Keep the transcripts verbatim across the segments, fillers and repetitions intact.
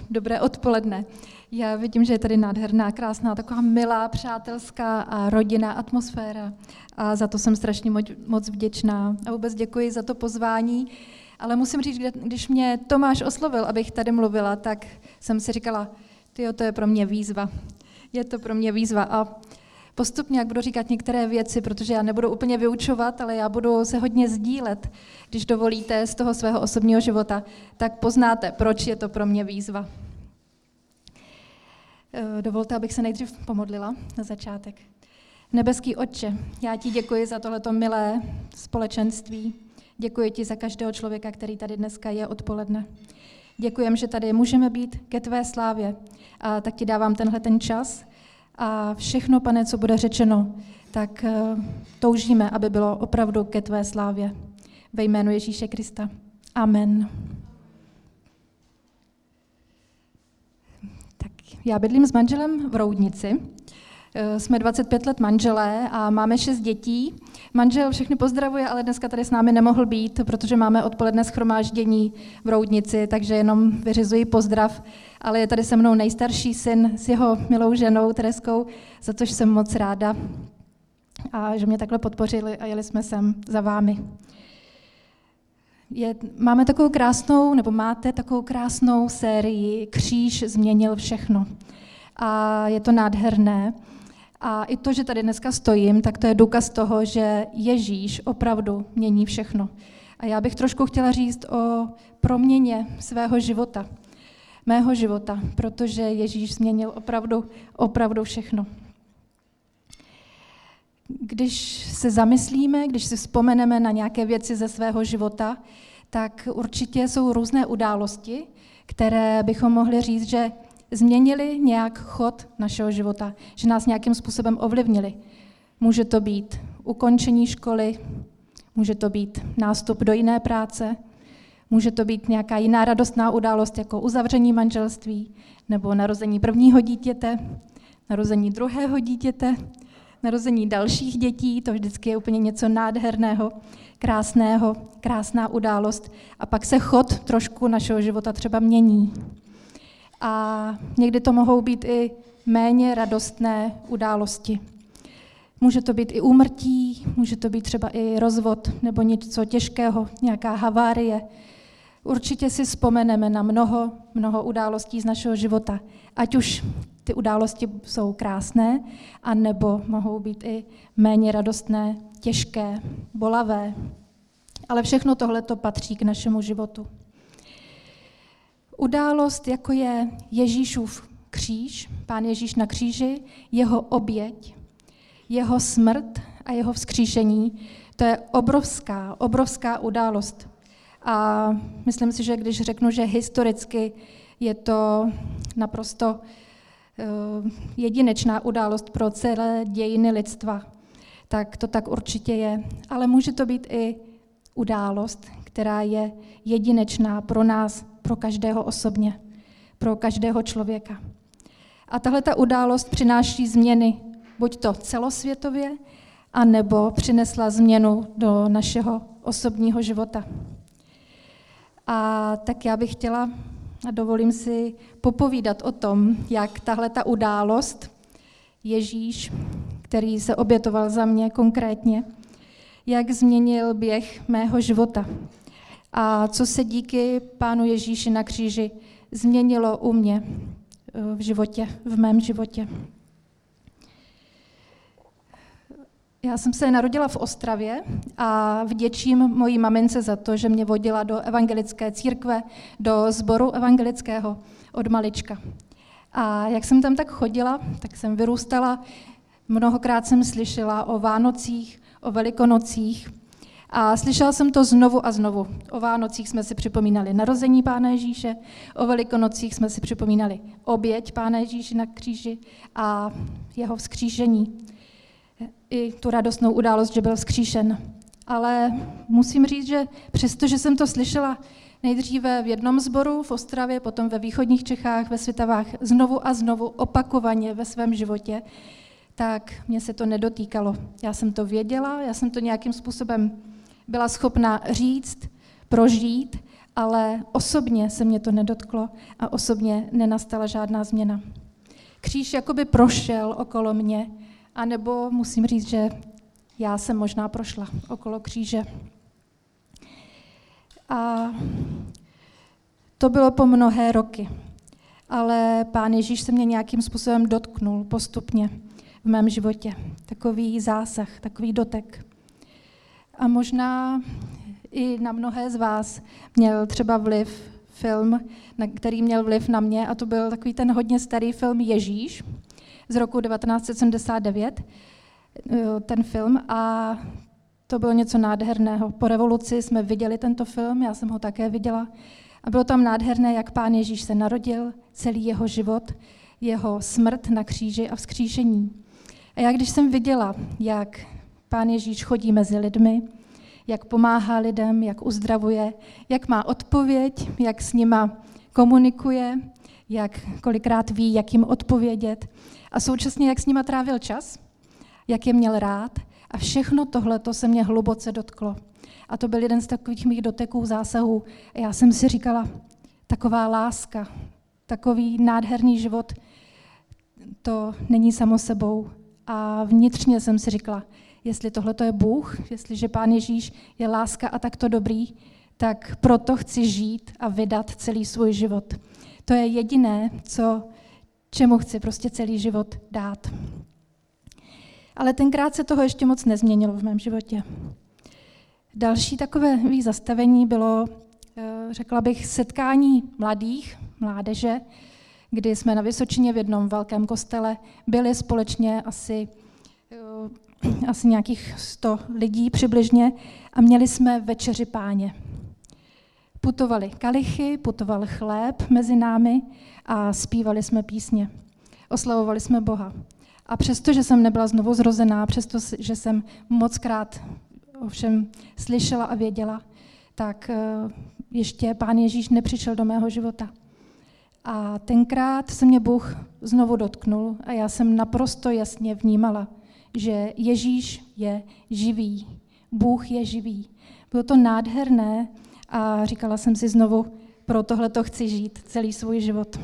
dobré odpoledne. Já vidím, že je tady nádherná, krásná, taková milá, přátelská a rodinná atmosféra. A za to jsem strašně moc, moc vděčná. A vůbec děkuji za to pozvání. Ale musím říct, když mě Tomáš oslovil, abych tady mluvila, tak jsem si říkala, tyjo, to je pro mě výzva. Je to pro mě výzva. A postupně, jak budu říkat některé věci, protože já nebudu úplně vyučovat, ale já budu se hodně sdílet, když dovolíte, z toho svého osobního života, tak poznáte, proč je to pro mě výzva. Dovolte, abych se nejdřív pomodlila na začátek. Nebeský Otče, já ti děkuji za tohleto milé společenství. Děkuji ti za každého člověka, který tady dneska je odpoledne. Děkujem, že tady můžeme být ke tvé slávě. A tak ti dávám tenhle ten čas. A všechno, Pane, co bude řečeno, tak uh, toužíme, aby bylo opravdu ke tvé slávě. Ve jménu Ježíše Krista. Amen. Tak já bydlím s manželem v Roudnici. Uh, jsme dvacet pět let manželé a máme šest dětí. Manžel všechny pozdravuje, ale dneska tady s námi nemohl být, protože máme odpoledne shromáždění v Roudnici, takže jenom vyřizuji pozdrav. Ale je tady se mnou nejstarší syn s jeho milou ženou Tereskou, za což jsem moc ráda, a že mě takhle podpořili a jeli jsme sem za vámi. Je, máme takovou krásnou, nebo máte takovou krásnou sérii Kříž změnil všechno. A je to nádherné. A i to, že tady dneska stojím, tak to je důkaz toho, že Ježíš opravdu mění všechno. A já bych trošku chtěla říct o proměně svého života, mého života, protože Ježíš změnil opravdu, opravdu všechno. Když se zamyslíme, když si vzpomeneme na nějaké věci ze svého života, tak určitě jsou různé události, které bychom mohli říct, že změnili nějak chod našeho života, že nás nějakým způsobem ovlivnili. Může to být ukončení školy, může to být nástup do jiné práce, může to být nějaká jiná radostná událost, jako uzavření manželství, nebo narození prvního dítěte, narození druhého dítěte, narození dalších dětí, to vždycky je úplně něco nádherného, krásného, krásná událost. A pak se chod trošku našeho života třeba mění. A někdy to mohou být i méně radostné události. Může to být i úmrtí, může to být třeba i rozvod nebo něco těžkého, nějaká havárie. Určitě si vzpomeneme na mnoho, mnoho událostí z našeho života. Ať už ty události jsou krásné, anebo mohou být i méně radostné, těžké, bolavé. Ale všechno tohle to patří k našemu životu. Událost, jako je Ježíšův kříž, Pán Ježíš na kříži, jeho oběť, jeho smrt a jeho vzkříšení, to je obrovská, obrovská událost. A myslím si, že když řeknu, že historicky je to naprosto uh, jedinečná událost pro celé dějiny lidstva, tak to tak určitě je. Ale může to být i událost, která je jedinečná pro nás, pro každého osobně, pro každého člověka. A tahle ta událost přináší změny, buď to celosvětově, anebo přinesla změnu do našeho osobního života. A tak já bych chtěla a dovolím si popovídat o tom, jak tahle ta událost, Ježíš, který se obětoval za mě konkrétně, jak změnil běh mého života. A co se díky Pánu Ježíši na kříži změnilo u mě v životě, v mém životě. Já jsem se narodila v Ostravě a vděčím mojí mamince za to, že mě vodila do evangelické církve, do sboru evangelického od malička. A jak jsem tam tak chodila, tak jsem vyrůstala, mnohokrát jsem slyšela o Vánocích, o Velikonocích a slyšela jsem to znovu a znovu. O Vánocích jsme si připomínali narození Pána Ježíše, o Velikonocích jsme si připomínali oběť Pána Ježíše na kříži a jeho vzkříšení. I tu radostnou událost, že byl vzkříšen. Ale musím říct, že přestože jsem to slyšela nejdříve v jednom sboru v Ostravě, potom ve východních Čechách, ve Svitavách, znovu a znovu opakovaně ve svém životě, tak mě se to nedotýkalo. Já jsem to věděla, já jsem to nějakým způsobem byla schopna říct, prožít, ale osobně se mě to nedotklo a osobně nenastala žádná změna. Kříž jakoby prošel okolo mě, anebo musím říct, že já jsem možná prošla okolo kříže. A to bylo po mnohé roky, ale Pán Ježíš se mě nějakým způsobem dotknul postupně v mém životě. Takový zásah, takový dotek. A možná i na mnohé z vás měl třeba vliv film, na který měl vliv na mě, a to byl takový ten hodně starý film Ježíš z roku devatenáct set sedmdesát devět, ten film, a to bylo něco nádherného. Po revoluci jsme viděli tento film, já jsem ho také viděla, a bylo tam nádherné, jak Pán Ježíš se narodil, celý jeho život, jeho smrt na kříži a vzkříšení. A já když jsem viděla, jak Pán Ježíš chodí mezi lidmi, jak pomáhá lidem, jak uzdravuje, jak má odpověď, jak s nima komunikuje, jak kolikrát ví, jak jim odpovědět a současně jak s nima trávil čas, jak je měl rád, a všechno tohleto se mě hluboce dotklo. A to byl jeden z takových mých doteků, zásahů. A já jsem si říkala, taková láska, takový nádherný život, to není samo sebou. A vnitřně jsem si říkala, jestli tohleto je Bůh, jestliže Pán Ježíš je láska a takto dobrý, tak proto chci žít a vydat celý svůj život. To je jediné, co, čemu chci prostě celý život dát. Ale tenkrát se toho ještě moc nezměnilo v mém životě. Další takové zastavení bylo, řekla bych, setkání mladých, mládeže, kdy jsme na Vysočině v jednom velkém kostele byli společně asi, asi nějakých sto lidí přibližně a měli jsme večeři Páně. Putovali kalichy, putoval chléb mezi námi a zpívali jsme písně. Oslavovali jsme Boha. A přesto, že jsem nebyla znovu zrozená, přesto, že jsem mockrát ovšem slyšela a věděla, tak ještě Pán Ježíš nepřišel do mého života. A tenkrát se mě Bůh znovu dotknul a já jsem naprosto jasně vnímala, že Ježíš je živý, Bůh je živý. Bylo to nádherné a říkala jsem si znovu, pro tohle to chci žít celý svůj život.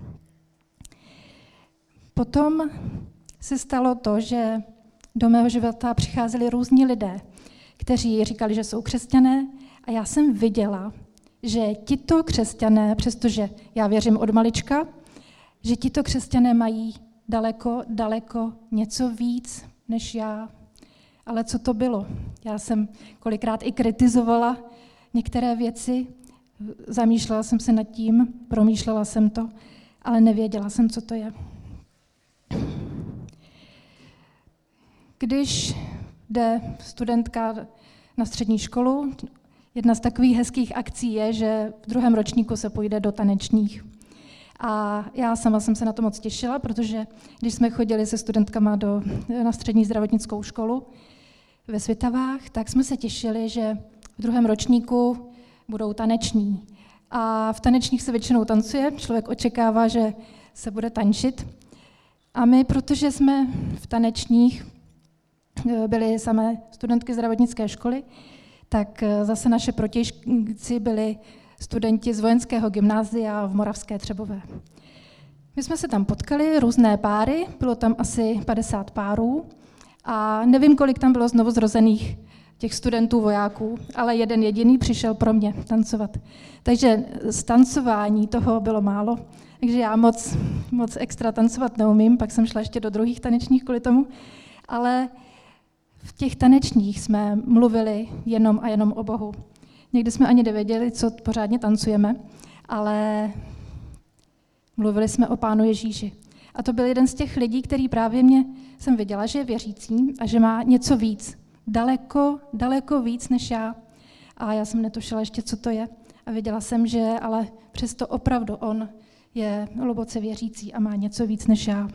Potom se stalo to, že do mého života přicházeli různí lidé, kteří říkali, že jsou křesťané, a já jsem viděla, že tito křesťané, přestože já věřím od malička, že tito křesťané mají daleko, daleko něco víc než já. Ale co to bylo? Já jsem kolikrát i kritizovala některé věci, zamýšlela jsem se nad tím, promýšlela jsem to, ale nevěděla jsem, co to je. Když jde studentka na střední školu, jedna z takových hezkých akcí je, že v druhém ročníku se půjde do tanečních. A já sama jsem se na to moc těšila, protože když jsme chodili se studentkama do, na střední zdravotnickou školu ve Svitavách, tak jsme se těšili, že v druhém ročníku budou taneční. A v tanečních se většinou tancuje, člověk očekává, že se bude tančit. A my, protože jsme v tanečních byli samé studentky zdravotnické školy, tak zase naše protějšci byli studenti z vojenského gymnázia v Moravské Třebové. My jsme se tam potkali, různé páry, bylo tam asi padesát párů a nevím, kolik tam bylo znovu zrozených těch studentů vojáků, ale jeden jediný přišel pro mě tancovat. Takže z tancování toho bylo málo, takže já moc, moc extra tancovat neumím, pak jsem šla ještě do druhých tanečních kvůli tomu, ale v těch tanečních jsme mluvili jenom a jenom o Bohu. Někdy jsme ani nevěděli, co pořádně tancujeme, ale mluvili jsme o Pánu Ježíši. A to byl jeden z těch lidí, který právě mě jsem viděla, že je věřící a že má něco víc. Daleko, daleko víc než já. A já jsem netušila ještě, co to je. A věděla jsem, že ale přesto opravdu on je hluboce věřící a má něco víc než já.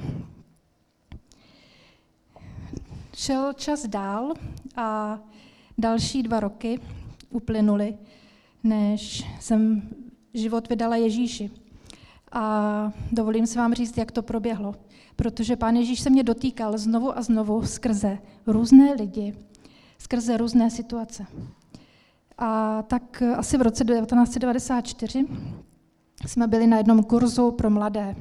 Šel čas dál a další dva roky uplynuly, než jsem život vydala Ježíši. A dovolím si vám říct, jak to proběhlo. Protože Pán Ježíš se mě dotýkal znovu a znovu skrze různé lidi, skrze různé situace. A tak asi v roce devatenáct set devadesát čtyři jsme byli na jednom kurzu pro mladé.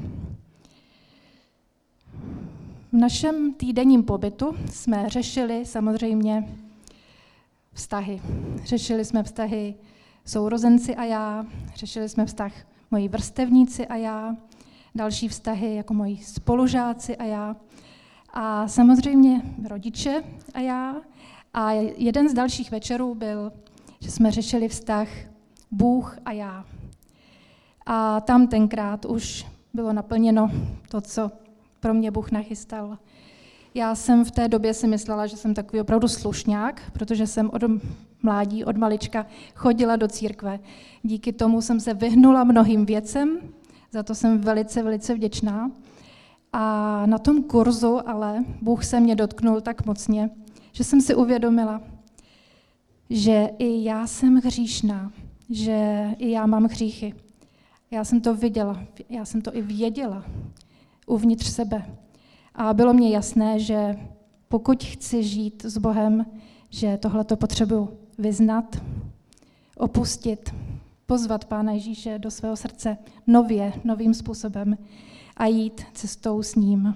V našem týdenním pobytu jsme řešili samozřejmě vztahy. Řešili jsme vztahy sourozenci a já, řešili jsme vztah moji vrstevníci a já, další vztahy jako moji spolužáci a já a samozřejmě rodiče a já. A jeden z dalších večerů byl, že jsme řešili vztah Bůh a já. A tam tenkrát už bylo naplněno to, co pro mě Bůh nachystal. Já jsem v té době si myslela, že jsem takový opravdu slušňák, protože jsem od mládí, od malička chodila do církve. Díky tomu jsem se vyhnula mnohým věcem, za to jsem velice, velice vděčná. A na tom kurzu ale Bůh se mě dotknul tak mocně, že jsem si uvědomila, že i já jsem hříšná, že i já mám hříchy. Já jsem to viděla, já jsem to i věděla uvnitř sebe. A bylo mně jasné, že pokud chci žít s Bohem, že tohleto potřebuji vyznat, opustit, pozvat Pána Ježíše do svého srdce nově, novým způsobem a jít cestou s ním.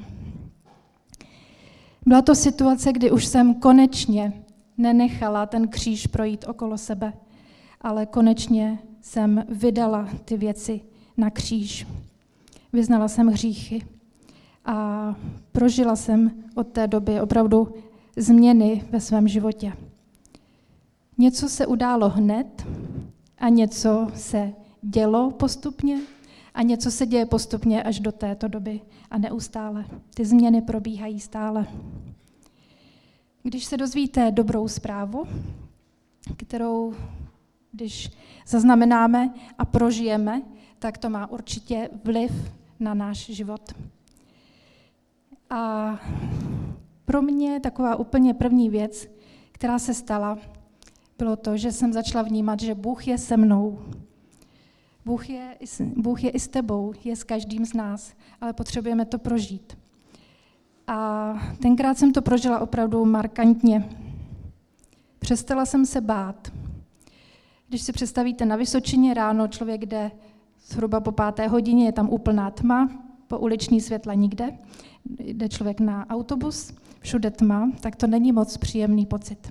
Byla to situace, kdy už jsem konečně nenechala ten kříž projít okolo sebe, ale konečně jsem vydala ty věci na kříž. Vyznala jsem hříchy a prožila jsem od té doby opravdu změny ve svém životě. Něco se událo hned a něco se dělo postupně a něco se děje postupně až do této doby a neustále. Ty změny probíhají stále. Když se dozvíte dobrou zprávu, kterou když zaznamenáme a prožijeme, tak to má určitě vliv na náš život. A pro mě taková úplně první věc, která se stala, bylo to, že jsem začala vnímat, že Bůh je se mnou. Bůh je, Bůh je i s tebou, je s každým z nás, ale potřebujeme to prožít. A tenkrát jsem to prožila opravdu markantně. Přestala jsem se bát. Když si představíte na Vysočině ráno, člověk jde zhruba po páté hodině, je tam úplná tma, po uliční světla nikde, jde člověk na autobus, všude tma, tak to není moc příjemný pocit.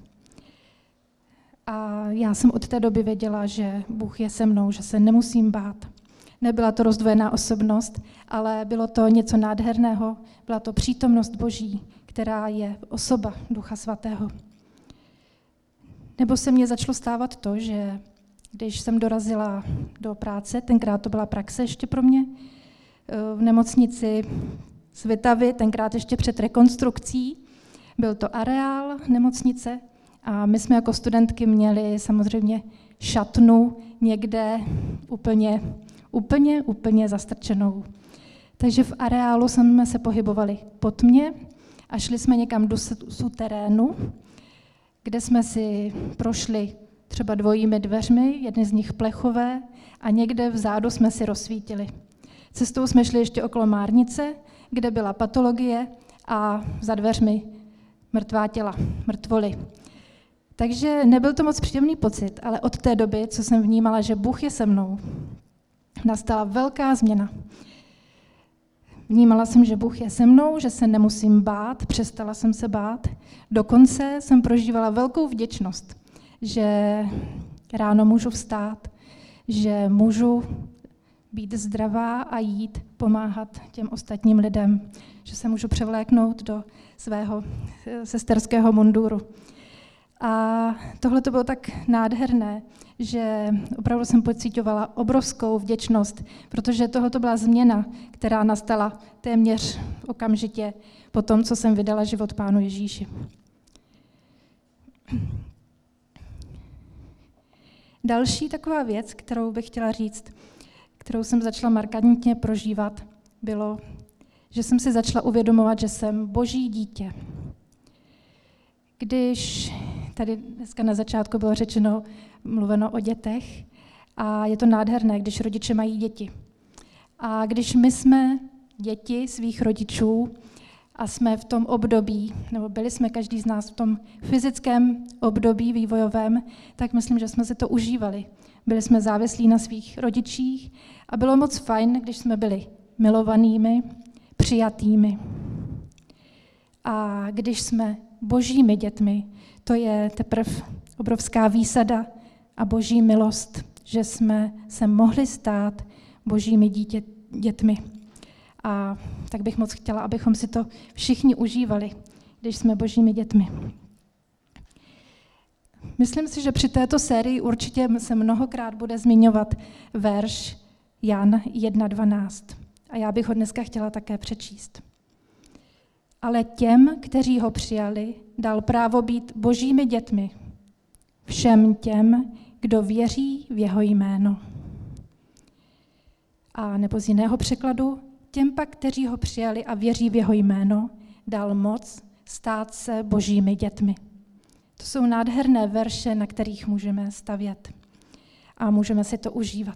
A já jsem od té doby věděla, že Bůh je se mnou, že se nemusím bát. Nebyla to rozdvojená osobnost, ale bylo to něco nádherného, byla to přítomnost Boží, která je osoba Ducha Svatého. Nebo se mně začalo stávat to, že když jsem dorazila do práce, tenkrát to byla praxe ještě pro mě, v nemocnici Svitavy, tenkrát ještě před rekonstrukcí, byl to areál nemocnice a my jsme jako studentky měli samozřejmě šatnu někde úplně, úplně, úplně zastrčenou. Takže v areálu jsme se pohybovali po tmě a šli jsme někam do suterénu, kde jsme si prošli třeba dvojími dveřmi, jedny z nich plechové, a někde vzadu jsme si rozsvítili. Cestou jsme šli ještě okolo Márnice, kde byla patologie a za dveřmi mrtvá těla, mrtvoly. Takže nebyl to moc příjemný pocit, ale od té doby, co jsem vnímala, že Bůh je se mnou, nastala velká změna. Vnímala jsem, že Bůh je se mnou, že se nemusím bát, přestala jsem se bát. Dokonce jsem prožívala velkou vděčnost, že ráno můžu vstát, že můžu být zdravá a jít pomáhat těm ostatním lidem, že se můžu převléknout do svého sesterského munduru. A tohle to bylo tak nádherné, že opravdu jsem pociťovala obrovskou vděčnost, protože tohle to byla změna, která nastala téměř okamžitě po tom, co jsem vydala život Pánu Ježíši. Další taková věc, kterou bych chtěla říct, kterou jsem začala markantně prožívat, bylo, že jsem si začala uvědomovat, že jsem Boží dítě. Když tady dneska na začátku bylo řečeno, mluveno o dětech, a je to nádherné, když rodiče mají děti. A když my jsme děti svých rodičů a jsme v tom období, nebo byli jsme každý z nás v tom fyzickém období vývojovém, tak myslím, že jsme si to užívali. Byli jsme závislí na svých rodičích a bylo moc fajn, když jsme byli milovanými, přijatými. A když jsme božími dětmi, to je teprve obrovská výsada a boží milost, že jsme se mohli stát božími dítě, dětmi. A tak bych moc chtěla, abychom si to všichni užívali, když jsme božími dětmi. Myslím si, že při této sérii určitě se mnohokrát bude zmiňovat verš Jan jedna dvanáct. A já bych ho dneska chtěla také přečíst. Ale těm, kteří ho přijali, dal právo být božími dětmi. Všem těm, kdo věří v jeho jméno. A nebo z jiného překladu, těm pak, kteří ho přijali a věří v jeho jméno, dal moc stát se božími dětmi. To jsou nádherné verše, na kterých můžeme stavět a můžeme si to užívat.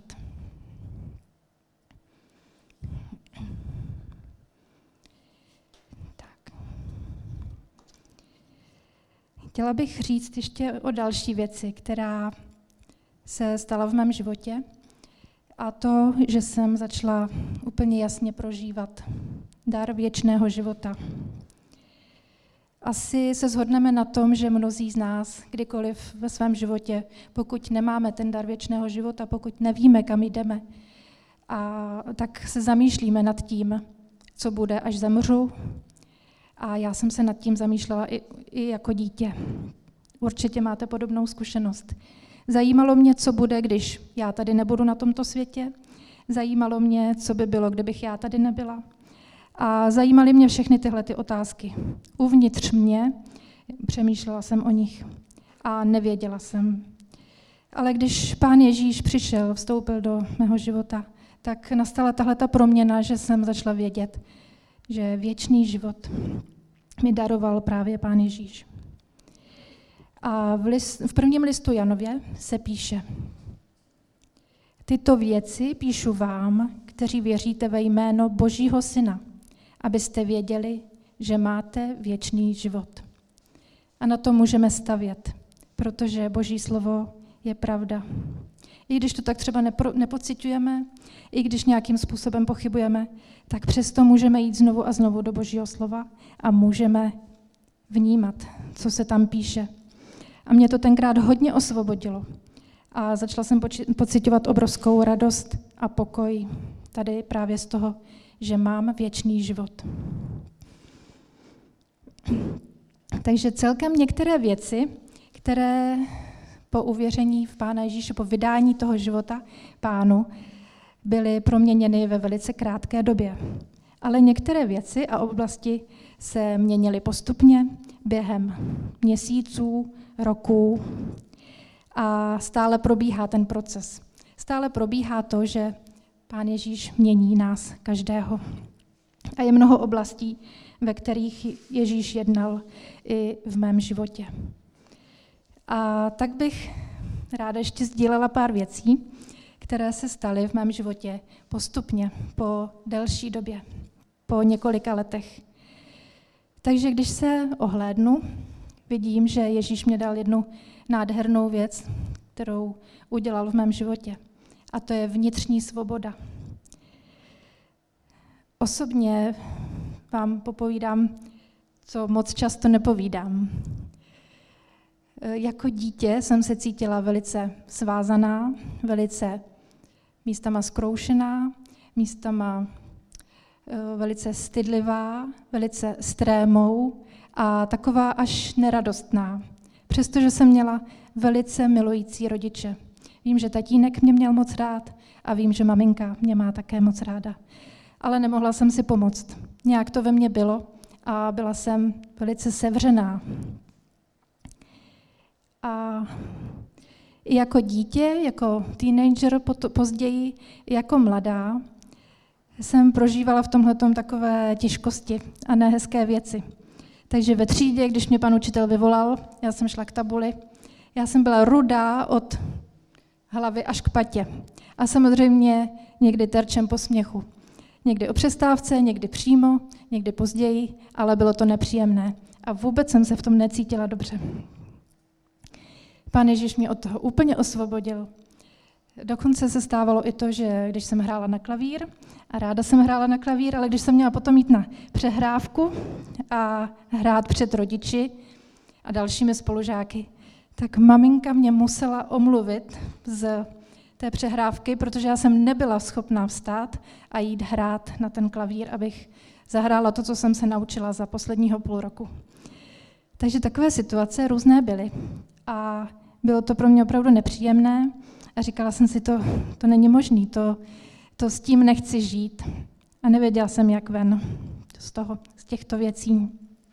Tak. Chtěla bych říct ještě o další věci, která se stala v mém životě, a to, že jsem začala úplně jasně prožívat dar věčného života. Asi se shodneme na tom, že mnozí z nás kdykoliv ve svém životě, pokud nemáme ten dar věčného života, pokud nevíme, kam jdeme, a tak se zamýšlíme nad tím, co bude, až zemřu. A já jsem se nad tím zamýšlela i, i jako dítě. Určitě máte podobnou zkušenost. Zajímalo mě, co bude, když já tady nebudu na tomto světě. Zajímalo mě, co by bylo, kdybych já tady nebyla. A zajímaly mě všechny tyhle ty otázky. Uvnitř mě přemýšlela jsem o nich a nevěděla jsem. Ale když Pán Ježíš přišel, vstoupil do mého života, tak nastala tahleta proměna, že jsem začala vědět, že věčný život mi daroval právě Pán Ježíš. A v, list, v prvním listu Janově se píše: Tyto věci píšu vám, kteří věříte ve jméno Božího Syna, abyste věděli, že máte věčný život. A na to můžeme stavět, protože Boží slovo je pravda. I když to tak třeba nepro, nepociťujeme, i když nějakým způsobem pochybujeme, tak přesto můžeme jít znovu a znovu do Božího slova a můžeme vnímat, co se tam píše. A mě to tenkrát hodně osvobodilo. A začala jsem poči- pociťovat obrovskou radost a pokoj tady právě z toho, že mám věčný život. Takže celkem některé věci, které po uvěření v Pána Ježíše, po vydání toho života Pánu, byly proměněny ve velice krátké době. Ale některé věci a oblasti se měnily postupně během měsíců, roků a stále probíhá ten proces. Stále probíhá to, že Pán Ježíš mění nás každého. A je mnoho oblastí, ve kterých Ježíš jednal i v mém životě. A tak bych ráda ještě sdílela pár věcí, které se staly v mém životě postupně, po delší době, po několika letech. Takže když se ohlédnu, vidím, že Ježíš mě dal jednu nádhernou věc, kterou udělal v mém životě. A to je vnitřní svoboda. Osobně vám popovídám, co moc často nepovídám. Jako dítě jsem se cítila velice svázaná, velice místama zkroušená, místama velice stydlivá, velice strémou a taková až neradostná. Přestože jsem měla velice milující rodiče. Vím, že tatínek mě měl moc rád a vím, že maminka mě má také moc ráda. Ale nemohla jsem si pomoct. Nějak to ve mně bylo a byla jsem velice sevřená. A i jako dítě, jako teenager, později, jako mladá, jsem prožívala v tomhletom takové těžkosti a nehezké věci. Takže ve třídě, když mě pan učitel vyvolal, já jsem šla k tabuli, já jsem byla rudá od hlavy až k patě. A samozřejmě někdy terčem posměchu. Někdy o přestávce, někdy přímo, někdy později, ale bylo to nepříjemné. A vůbec jsem se v tom necítila dobře. Pán Ježíš mě od toho úplně osvobodil. Dokonce se stávalo i to, že když jsem hrála na klavír, a ráda jsem hrála na klavír, ale když jsem měla potom jít na přehrávku a hrát před rodiči a dalšími spolužáky, tak maminka mě musela omluvit z té přehrávky, protože já jsem nebyla schopná vstát a jít hrát na ten klavír, abych zahrála to, co jsem se naučila za posledního půl roku. Takže takové situace různé byly. A bylo to pro mě opravdu nepříjemné a říkala jsem si, to, to není možné, to, to s tím nechci žít. A nevěděla jsem, jak ven z toho, z těchto věcí.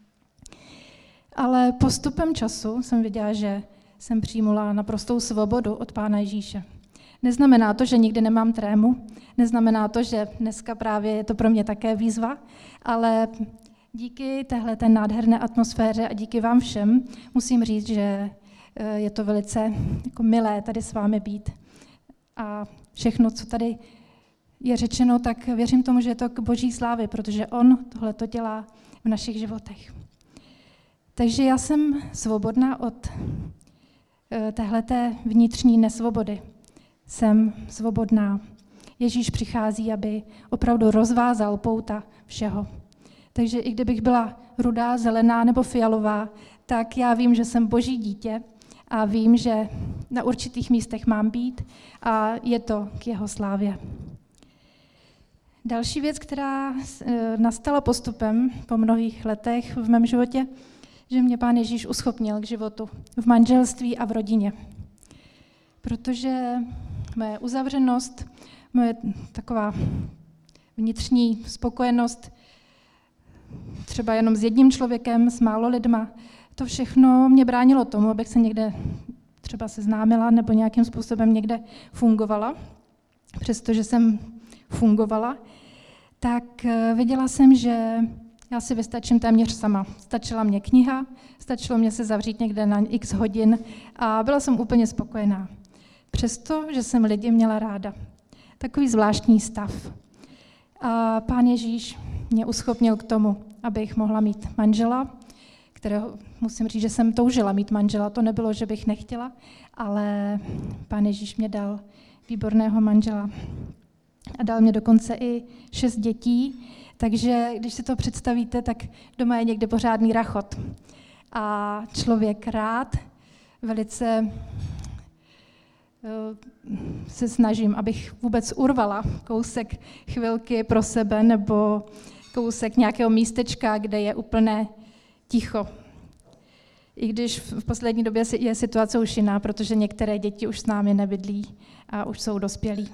Ale postupem času jsem viděla, že jsem přijmula naprostou svobodu od Pána Ježíše. Neznamená to, že nikdy nemám trému, neznamená to, že dneska právě je to pro mě také výzva, ale díky téhleté nádherné atmosféře a díky vám všem musím říct, že je to velice jako milé tady s vámi být. A všechno, co tady je řečeno, tak věřím tomu, že je to k Boží slávě, protože on tohle to dělá v našich životech. Takže já jsem svobodná od téhleté vnitřní nesvobody. Jsem svobodná. Ježíš přichází, aby opravdu rozvázal pouta všeho. Takže i kdybych byla rudá, zelená nebo fialová, tak já vím, že jsem Boží dítě a vím, že na určitých místech mám být a je to k jeho slávě. Další věc, která nastala postupem po mnohých letech v mém životě, že mě Pán Ježíš uschopnil k životu v manželství a v rodině. Protože moje uzavřenost, moje taková vnitřní spokojenost třeba jenom s jedním člověkem, s málo lidma, to všechno mě bránilo tomu, abych se někde třeba seznámila nebo nějakým způsobem někde fungovala. Přestože jsem fungovala, tak viděla jsem, že já si vystačím téměř sama. Stačila mě kniha, stačilo mě se zavřít někde na x hodin a byla jsem úplně spokojená. Přesto, že jsem lidi měla ráda. Takový zvláštní stav. A Pán Ježíš mě uschopnil k tomu, abych mohla mít manžela, kterého musím říct, že jsem toužila mít manžela. To nebylo, že bych nechtěla, ale Pán Ježíš mě dal výborného manžela. A dal mě dokonce i šest dětí, takže když si to představíte, tak doma je někde pořádný rachot. A člověk rád velice se snažím, abych vůbec urvala kousek chvilky pro sebe nebo kousek nějakého místečka, kde je úplné ticho. I když v poslední době je situace už jiná, protože některé děti už s námi nebydlí a už jsou dospělí.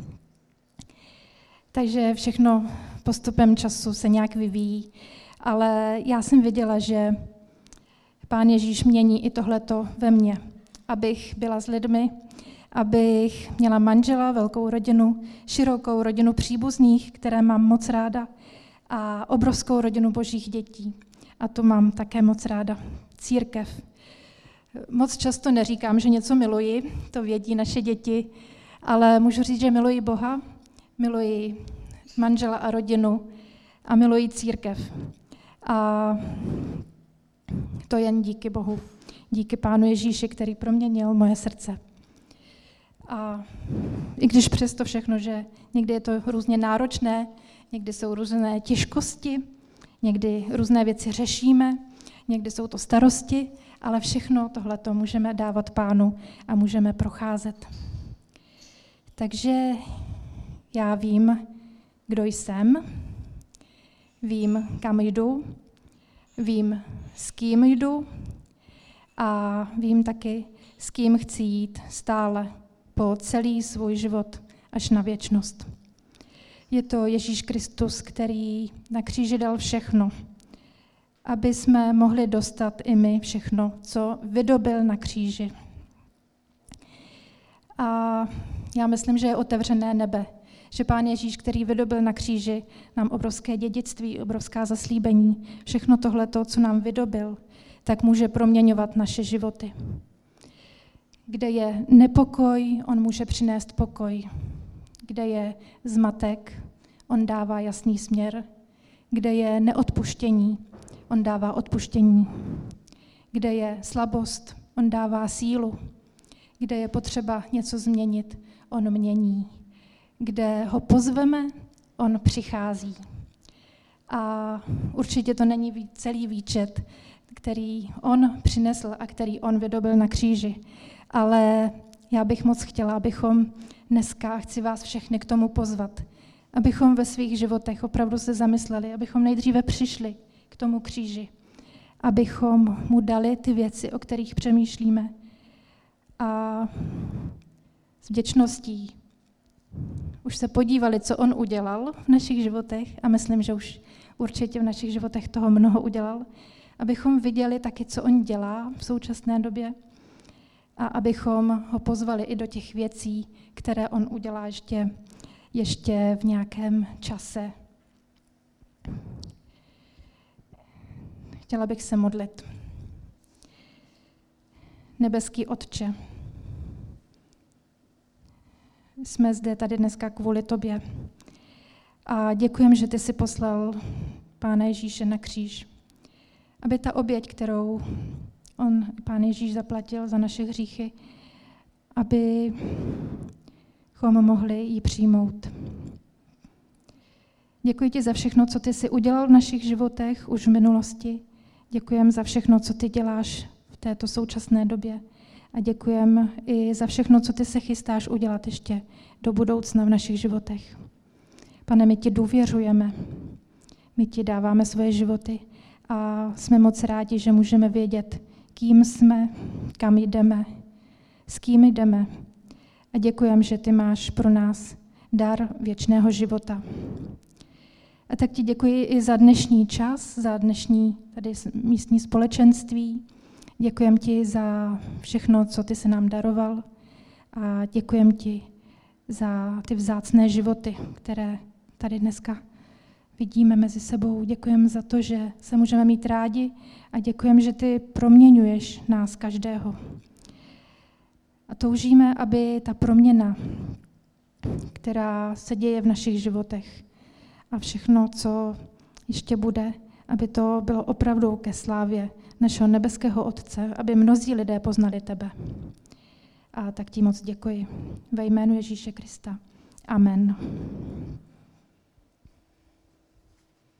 Takže všechno postupem času se nějak vyvíjí, ale já jsem viděla, že Pán Ježíš mění i tohleto ve mně, abych byla s lidmi, abych měla manžela, velkou rodinu, širokou rodinu příbuzných, které mám moc ráda, a obrovskou rodinu Božích dětí. A to mám také moc ráda. Církev. Moc často neříkám, že něco miluji, to vědí naše děti, ale můžu říct, že miluji Boha, miluji manžela a rodinu a miluji církev. A to jen díky Bohu, díky Pánu Ježíši, který proměnil moje srdce. A i když přesto všechno, že někdy je to různě náročné, někdy jsou různé těžkosti, někdy různé věci řešíme, někdy jsou to starosti, ale všechno tohleto můžeme dávat Pánu a můžeme procházet. Takže já vím, kdo jsem, vím, kam jdu, vím, s kým jdu a vím taky, s kým chci jít stále po celý svůj život až na věčnost. Je to Ježíš Kristus, který na kříži dal všechno, aby jsme mohli dostat i my všechno, co vydobyl na kříži. A já myslím, že je otevřené nebe, že Pán Ježíš, který vydobyl na kříži, nám obrovské dědictví, obrovská zaslíbení, všechno tohleto, co nám vydobyl, tak může proměňovat naše životy. Kde je nepokoj, on může přinést pokoj. Kde je zmatek, on dává jasný směr. Kde je neodpuštění, on dává odpuštění. Kde je slabost, on dává sílu. Kde je potřeba něco změnit, on mění. Kde ho pozveme, on přichází. A určitě to není celý výčet, který on přinesl a který on vydobil na kříži. Ale já bych moc chtěla, abychom dneska, chci vás všechny k tomu pozvat, abychom ve svých životech opravdu se zamysleli, abychom nejdříve přišli k tomu kříži, abychom mu dali ty věci, o kterých přemýšlíme, a s vděčností už se podívali, co on udělal v našich životech, a myslím, že už určitě v našich životech toho mnoho udělal, abychom viděli taky, co on dělá v současné době, a abychom ho pozvali i do těch věcí, které on udělá ještě, ještě v nějakém čase. Chtěla bych se modlit. Nebeský Otče, jsme zde tady dneska kvůli tobě a děkujeme, že ty jsi poslal Pána Ježíše na kříž, aby ta oběť, kterou on, Pán Ježíš, zaplatil za naše hříchy, abychom mohli ji přijmout. Děkuji ti za všechno, co ty jsi udělal v našich životech už v minulosti. Děkujeme za všechno, co ty děláš v této současné době. A děkujeme i za všechno, co ty se chystáš udělat ještě do budoucna v našich životech. Pane, my ti důvěřujeme. My ti dáváme svoje životy a jsme moc rádi, že můžeme vědět, kým jsme, kam jdeme, s kým jdeme. A děkujeme, že ty máš pro nás dar věčného života. A tak ti děkuji i za dnešní čas, za dnešní tady místní společenství. Děkujeme ti za všechno, co ty se nám daroval, a děkujeme ti za ty vzácné životy, které tady dneska vidíme mezi sebou. Děkujeme za to, že se můžeme mít rádi, a děkujeme, že ty proměňuješ nás každého. A toužíme, aby ta proměna, která se děje v našich životech, a všechno, co ještě bude, aby to bylo opravdu ke slávě našeho nebeského Otce, aby mnozí lidé poznali tebe. A tak ti moc děkuji. Ve jménu Ježíše Krista. Amen.